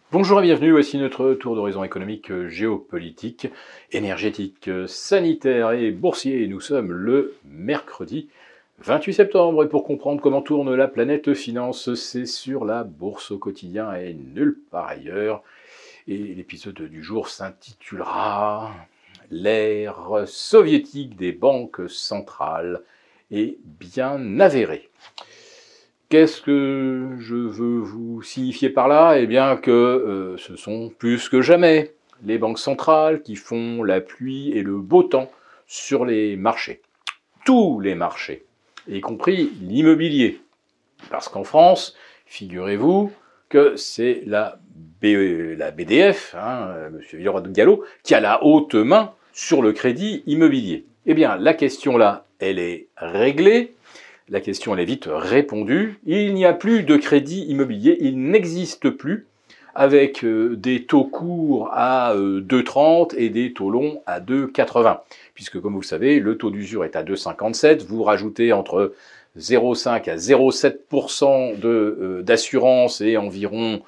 Bonjour et bienvenue, voici notre tour d'horizon économique, géopolitique, énergétique, sanitaire et boursier. Nous sommes le mercredi 28 septembre et pour comprendre comment tourne la planète finance, c'est sur la bourse au quotidien et nulle part ailleurs. Et l'épisode du jour s'intitulera « L'ère soviétique des banques centrales est bien avérée ». Qu'est-ce que je veux vous signifier par là? Eh bien que ce sont plus que jamais les banques centrales qui font la pluie et le beau temps sur les marchés. Tous les marchés, y compris l'immobilier. Parce qu'en France, figurez-vous que c'est la BDF, Monsieur Villeroy-de-Galhau, qui a la haute main sur le crédit immobilier. Eh bien, la question là, elle est réglée. La question elle est vite répondue. Il n'y a plus de crédit immobilier, il n'existe plus, avec des taux courts à 2,30 et des taux longs à 2,80. Puisque comme vous le savez, le taux d'usure est à 2,57, vous rajoutez entre 0,5 à 0,7% d'assurance et environ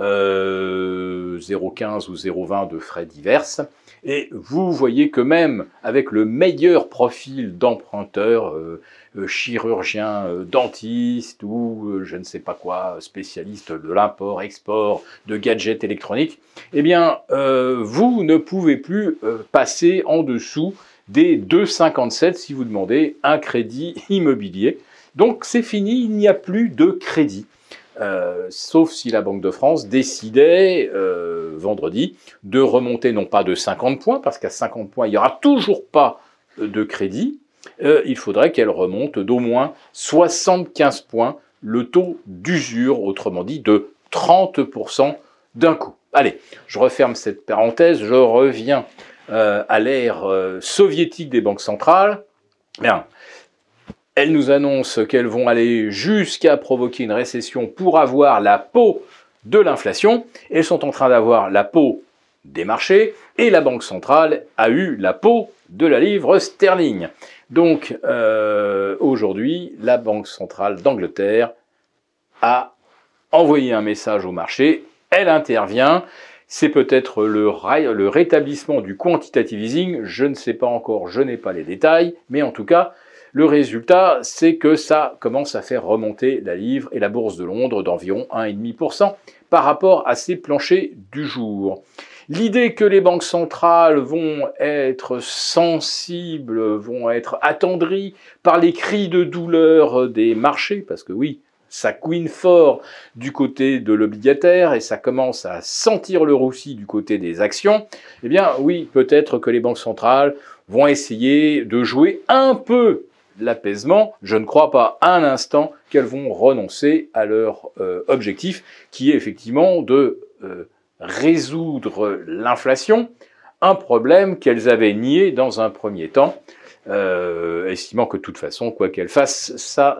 0,15 ou 0,20 de frais divers. Et vous voyez que même avec le meilleur profil d'emprunteur, chirurgien, dentiste ou je ne sais pas quoi, spécialiste de l'import-export, de gadgets électroniques, eh bien, vous ne pouvez plus passer en dessous des 2,57 si vous demandez un crédit immobilier. Donc c'est fini, il n'y a plus de crédit. Sauf si la Banque de France décidait vendredi de remonter non pas de 50 points, parce qu'à 50 points il n'y aura toujours pas de crédit, il faudrait qu'elle remonte d'au moins 75 points le taux d'usure, autrement dit de 30% d'un coup. Allez, je referme cette parenthèse, je reviens à l'ère soviétique des banques centrales. Bien. Elles nous annoncent qu'elles vont aller jusqu'à provoquer une récession pour avoir la peau de l'inflation. Elles sont en train d'avoir la peau des marchés et la Banque centrale a eu la peau de la livre sterling. Donc aujourd'hui, la Banque centrale d'Angleterre a envoyé un message au marché. Elle intervient. C'est peut-être le rétablissement du quantitative easing. Je ne sais pas encore, je n'ai pas les détails, mais en tout cas, le résultat, c'est que ça commence à faire remonter la livre et la bourse de Londres d'environ 1,5% par rapport à ces planchers du jour. L'idée que les banques centrales vont être sensibles, vont être attendries par les cris de douleur des marchés, parce que oui, ça couine fort du côté de l'obligataire et ça commence à sentir le roussi du côté des actions, eh bien oui, peut-être que les banques centrales vont essayer de jouer un peu l'apaisement. Je ne crois pas un instant qu'elles vont renoncer à leur objectif, qui est effectivement de résoudre l'inflation, un problème qu'elles avaient nié dans un premier temps, estimant que de toute façon, quoi qu'elles fassent, ça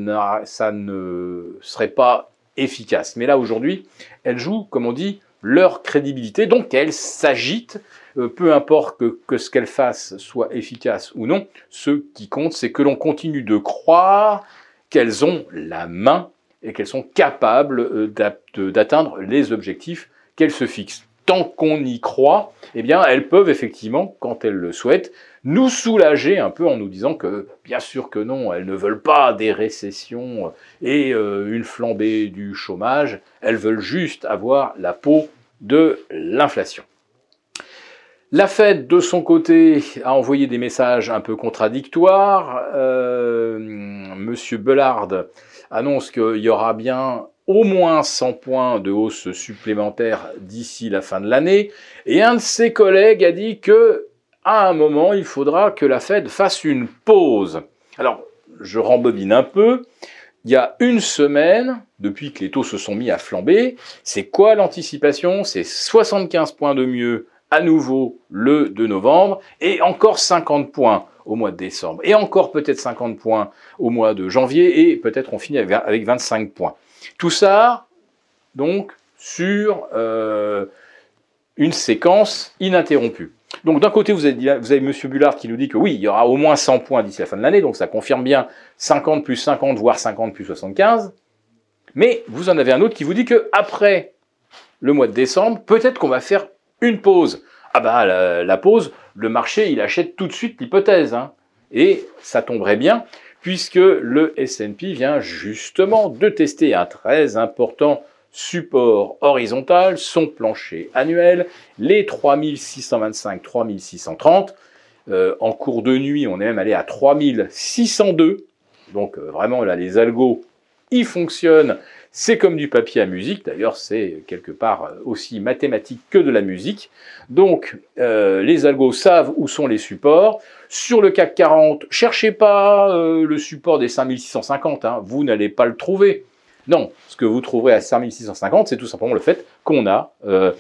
ne serait pas efficace. Mais là, aujourd'hui, elles jouent, comme on dit, leur crédibilité, donc elles s'agitent. Peu importe que ce qu'elles fassent soit efficace ou non, ce qui compte, c'est que l'on continue de croire qu'elles ont la main et qu'elles sont capables d'atteindre les objectifs qu'elles se fixent. Tant qu'on y croit, eh bien, elles peuvent effectivement, quand elles le souhaitent, nous soulager un peu en nous disant que, bien sûr que non, elles ne veulent pas des récessions et une flambée du chômage, elles veulent juste avoir la peau de l'inflation. La Fed, de son côté, a envoyé des messages un peu contradictoires. Monsieur Bullard annonce qu'il y aura bien au moins 100 points de hausse supplémentaire d'ici la fin de l'année. Et un de ses collègues a dit que, à un moment, il faudra que la Fed fasse une pause. Alors, je rembobine un peu. Il y a une semaine, depuis que les taux se sont mis à flamber, c'est quoi l'anticipation? C'est 75 points de mieux à nouveau le 2 novembre, et encore 50 points au mois de décembre, et encore peut-être 50 points au mois de janvier, et peut-être on finit avec 25 points. Tout ça, donc, sur une séquence ininterrompue. Donc d'un côté, vous avez M. Bullard qui nous dit que oui, il y aura au moins 100 points d'ici la fin de l'année, donc ça confirme bien 50 plus 50, voire 50 plus 75, mais vous en avez un autre qui vous dit que après le mois de décembre, peut-être qu'on va faire une pause. Ah bah la pause, le marché il achète tout de suite l'hypothèse, hein. Et ça tomberait bien, puisque le S&P vient justement de tester un très important support horizontal, son plancher annuel, les 3625, 3630. En cours de nuit, on est même allé à 3602. Donc vraiment, là, les algos, ils fonctionnent. C'est comme du papier à musique. D'ailleurs, c'est quelque part aussi mathématique que de la musique. Donc, les algos savent où sont les supports. Sur le CAC 40, cherchez pas le support des 5650. Hein, vous n'allez pas le trouver. Non, ce que vous trouverez à 5650, c'est tout simplement le fait qu'on a,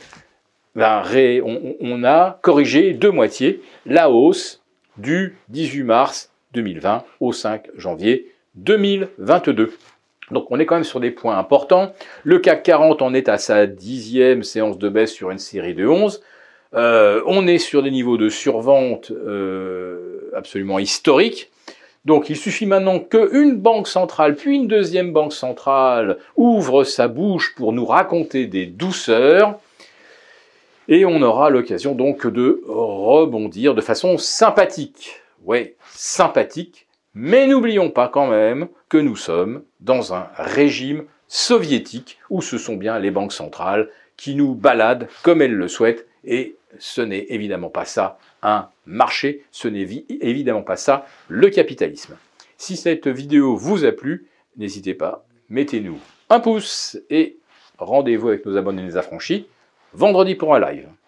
on a corrigé de moitié la hausse du 18 mars 2020 au 5 janvier 2022. Donc on est quand même sur des points importants. Le CAC 40 en est à sa 10e séance de baisse sur une série de 11. On est sur des niveaux de survente absolument historiques. Donc il suffit maintenant qu'une banque centrale, puis une deuxième banque centrale ouvre sa bouche pour nous raconter des douceurs, et on aura l'occasion donc de rebondir de façon sympathique. Ouais, sympathique, mais n'oublions pas quand même que nous sommes dans un régime soviétique où ce sont bien les banques centrales qui nous baladent comme elles le souhaitent, et ce n'est évidemment pas ça un marché, ce n'est évidemment pas ça le capitalisme. Si cette vidéo vous a plu, n'hésitez pas, mettez-nous un pouce et rendez-vous avec nos abonnés affranchis vendredi pour un live.